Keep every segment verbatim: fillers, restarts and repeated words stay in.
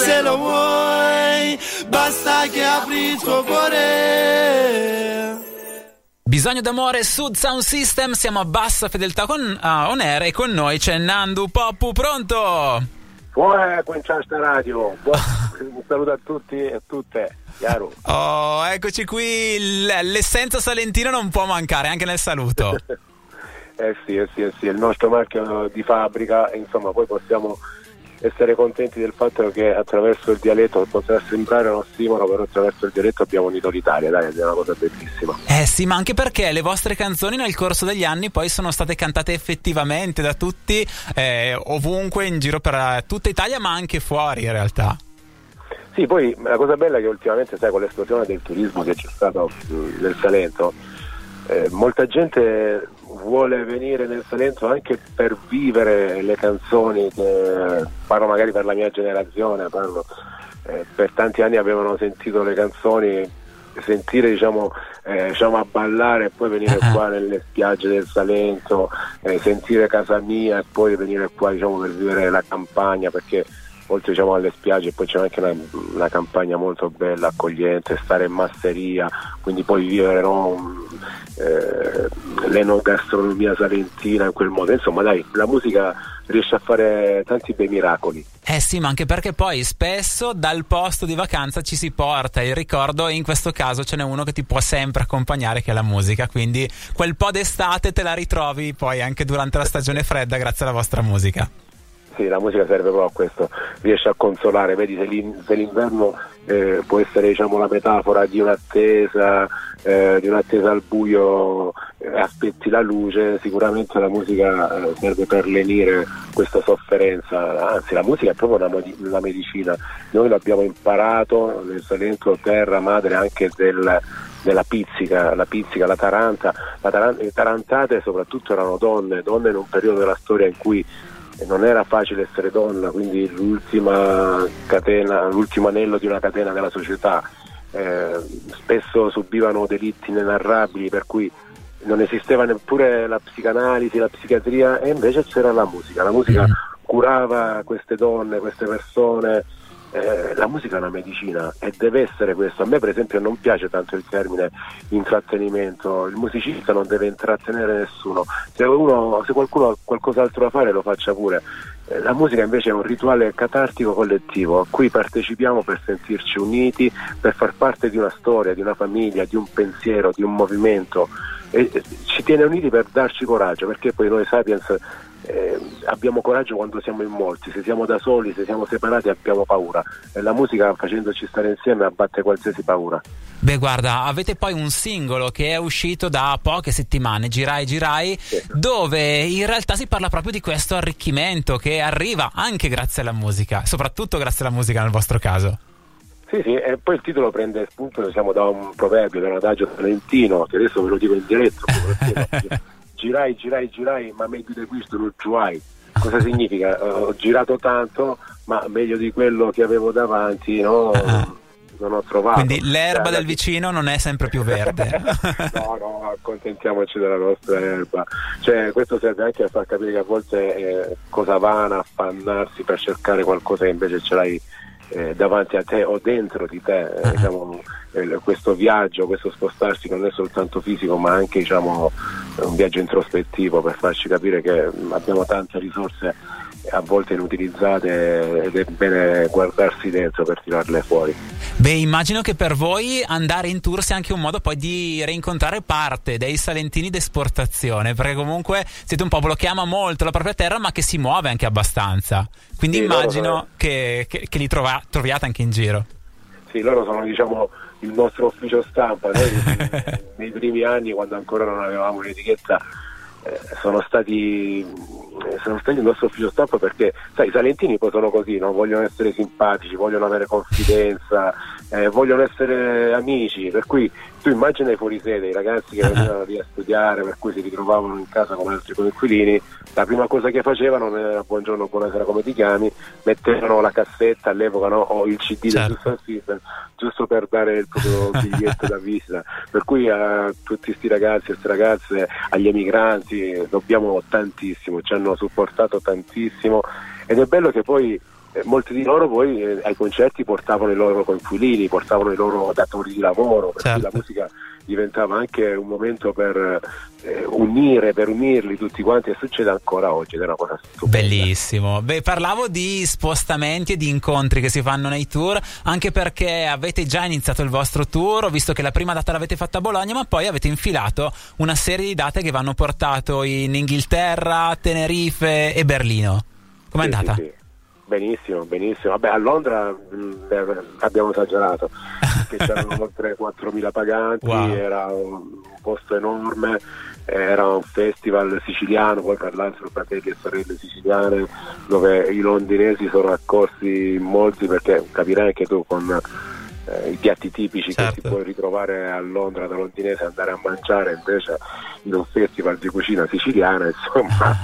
se lo vuoi, basta che apri il tuo cuore. Bisogno d'amore, Sud Sound System, siamo a bassa fedeltà con uh, On Air e con noi c'è Nandu Poppu, pronto? Buona Quenciasta Radio, un saluto a tutti e a tutte, chiaro. Oh, eccoci qui, l'essenza salentina non può mancare anche nel saluto. eh sì, eh sì, eh sì, è il nostro marchio di fabbrica, e insomma poi possiamo essere contenti del fatto che attraverso il dialetto, potrà sembrare un ossimoro, però attraverso il dialetto abbiamo unito l'Italia, dai, è una cosa bellissima. Eh sì, ma anche perché le vostre canzoni nel corso degli anni poi sono state cantate effettivamente da tutti, eh, ovunque in giro per tutta Italia, ma anche fuori in realtà. Sì, poi la cosa bella è che ultimamente, sai, con l'esplosione del turismo che c'è stato nel Salento, eh, molta gente vuole venire nel Salento anche per vivere le canzoni che, parlo magari per la mia generazione, parlo, eh, per tanti anni avevano sentito le canzoni, sentire diciamo, eh, diciamo a ballare e poi venire uh-huh. qua nelle spiagge del Salento, eh, sentire Casa Mia e poi venire qua diciamo per vivere la campagna, perché oltre diciamo alle spiagge poi c'è anche una, una campagna molto bella, accogliente, stare in masseria, quindi poi vivere no, eh, l'enogastronomia salentina in quel modo, insomma dai, la musica riesce a fare tanti bei miracoli. Eh sì, ma anche perché poi spesso dal posto di vacanza ci si porta il ricordo, e in questo caso ce n'è uno che ti può sempre accompagnare, che è la musica, quindi quel po' d'estate te la ritrovi poi anche durante la stagione fredda grazie alla vostra musica. Sì, la musica serve proprio a questo, riesce a consolare, vedi se, l'in- se l'inverno eh, può essere diciamo la metafora di un'attesa, eh, di un'attesa al buio, eh, aspetti la luce, sicuramente la musica eh, serve per lenire questa sofferenza, anzi la musica è proprio una, modi- una medicina, noi l'abbiamo imparato nel Salento, terra madre anche del della pizzica, la pizzica, la taranta, la taran- le tarantate soprattutto erano donne, donne in un periodo della storia in cui non era facile essere donna, quindi l'ultima catena, l'ultimo anello di una catena della società, eh, spesso subivano delitti inenarrabili per cui non esisteva neppure la psicanalisi, la psichiatria, e invece c'era la musica, la musica curava queste donne, queste persone. Eh, la musica è una medicina e deve essere questo. A me per esempio non piace tanto il termine intrattenimento, il musicista non deve intrattenere nessuno, se, uno, se qualcuno ha qualcos'altro da fare lo faccia pure. Eh, la musica invece è un rituale catartico collettivo a cui partecipiamo per sentirci uniti, per far parte di una storia, di una famiglia, di un pensiero, di un movimento, e, e ci tiene uniti per darci coraggio, perché poi noi Sapiens Eh, abbiamo coraggio quando siamo in molti, se siamo da soli, se siamo separati abbiamo paura, e la musica facendoci stare insieme abbatte qualsiasi paura. Beh guarda, avete poi un singolo che è uscito da poche settimane, Girai Girai, sì, dove in realtà si parla proprio di questo arricchimento che arriva anche grazie alla musica, soprattutto grazie alla musica nel vostro caso. Sì, sì, e poi il titolo prende spunto diciamo da un proverbio, da un adagio salentino, che adesso ve lo dico in diretto. Girai, girai, girai, ma meglio di questo non giuai. Cosa significa? Ho girato tanto, ma meglio di quello che avevo davanti, no? Ah. Non ho trovato. Quindi l'erba cioè, del vicino non è sempre più verde. No, no, accontentiamoci della nostra erba. Cioè, questo serve anche a far capire che a volte è cosa vana affannarsi per cercare qualcosa che invece ce l'hai eh, davanti a te o dentro di te. Eh, uh-huh. diciamo, eh, questo viaggio, questo spostarsi non è soltanto fisico, ma anche diciamo un viaggio introspettivo per farci capire che abbiamo tante risorse a volte inutilizzate ed è bene guardarsi dentro per tirarle fuori. Beh, immagino che per voi andare in tour sia anche un modo poi di rincontrare parte dei salentini d'esportazione, perché comunque siete un popolo che ama molto la propria terra ma che si muove anche abbastanza, quindi sì, immagino sono... che, che, che li trova, troviate anche in giro. Sì, loro sono diciamo il nostro ufficio stampa. Noi nei primi anni, quando ancora non avevamo un'etichetta, eh, sono stati sono stati il nostro ufficio stampa, perché sai, i salentini poi sono così, no? Vogliono essere simpatici, vogliono avere confidenza, eh, vogliono essere amici, per cui tu immagina i fuorisede, i ragazzi che venivano lì a studiare, per cui si ritrovavano in casa come altri coinquilini, la prima cosa che facevano non era buongiorno, buonasera, come ti chiami, mettevano la cassetta all'epoca, no? O il C D del Giusto Assistant, giusto per dare il proprio biglietto da visita, per cui a tutti questi ragazzi e queste ragazze, agli emigranti dobbiamo tantissimo, ci hanno supportato tantissimo, ed è bello che poi eh, molti di loro poi eh, ai concerti portavano i loro coinquilini, portavano i loro datori di lavoro, per certo. cui la musica diventava anche un momento per eh, unire, per unirli tutti quanti, e succede ancora oggi ed è una cosa stupenda. Bellissimo. Beh, parlavo di spostamenti e di incontri che si fanno nei tour, anche perché avete già iniziato il vostro tour, ho visto che la prima data l'avete fatta a Bologna, ma poi avete infilato una serie di date che vi hanno portato in Inghilterra, Tenerife e Berlino. Com'è Sì, andata? sì, sì. Benissimo, benissimo. Vabbè, a Londra mh, abbiamo esagerato, perché c'erano oltre quattromila paganti, wow. Era un posto enorme, era un festival siciliano, poi tra l'altro fratelli e sorelle siciliane, dove i londinesi sono accorsi in molti, perché capirai anche tu con eh, i piatti tipici certo. che si puoi ritrovare a Londra da londinese, andare a mangiare invece in un festival di cucina siciliana, insomma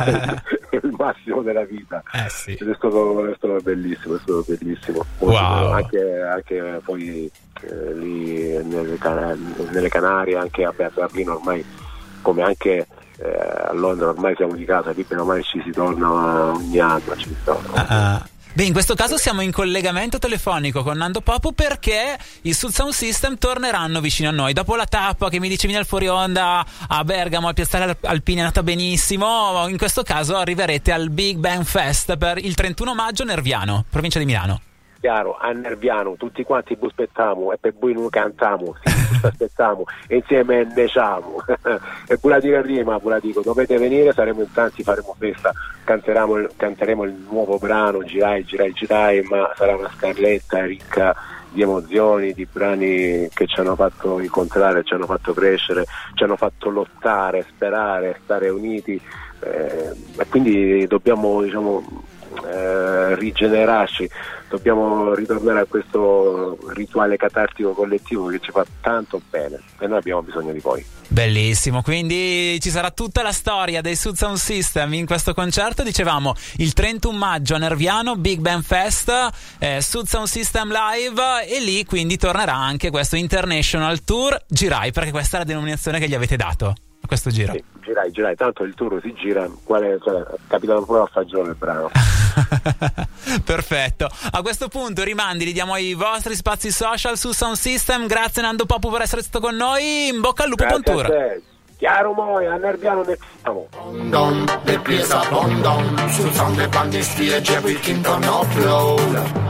è il massimo della vita. Eh sì. Ed è stato, è stato bellissimo, è stato bellissimo. Wow. Anche, anche poi eh, lì nelle, nelle Canarie, anche a Berlino ormai, come anche eh, a Londra ormai siamo di casa, lì ormai ci si torna ogni anno, ci si torna. Uh-uh. Beh, in questo caso siamo in collegamento telefonico con Nando Papu, perché i Sud Sound System torneranno vicino a noi. Dopo la tappa che mi dicevi nel fuori onda a Bergamo, al Piazzale Alpini è andata benissimo, in questo caso arriverete al Big Bang Fest per il trentuno maggio a Nerviano, provincia di Milano. Chiaro, a Nerviano tutti quanti vi aspettiamo e per voi noi cantiamo, sì, ci aspettiamo e insieme neciamo e pure la dico rima, pure la dico, dovete venire, saremo in tanti, faremo festa, canteremo il, canteremo il nuovo brano Girai, Girai, Girai, ma sarà una scarletta ricca di emozioni, di brani che ci hanno fatto incontrare, ci hanno fatto crescere, ci hanno fatto lottare, sperare, stare uniti, eh, e quindi dobbiamo, diciamo, eh, rigenerarci, dobbiamo ritornare a questo rituale catartico collettivo che ci fa tanto bene e noi abbiamo bisogno di voi. Bellissimo, quindi ci sarà tutta la storia dei Sud Sound System in questo concerto. Dicevamo il trentuno maggio a Nerviano, Big Bang Fest, eh, Sud Sound System Live, e lì quindi tornerà anche questo International Tour Girai, perché questa è la denominazione che gli avete dato a questo giro. Sì, girai, girai, tanto il tour si gira, quale, cioè, capitano pure a fagiolo il brano. Perfetto, a questo punto rimandi, li diamo ai vostri spazi social su Sound System. Grazie Nando Papu per essere stato con noi, in bocca al lupo, buon tour. Chiaro moi, a Nerviano ne siamo. Bondon, le presa Bondon, sul sound e bandi stile Jerry King con upload.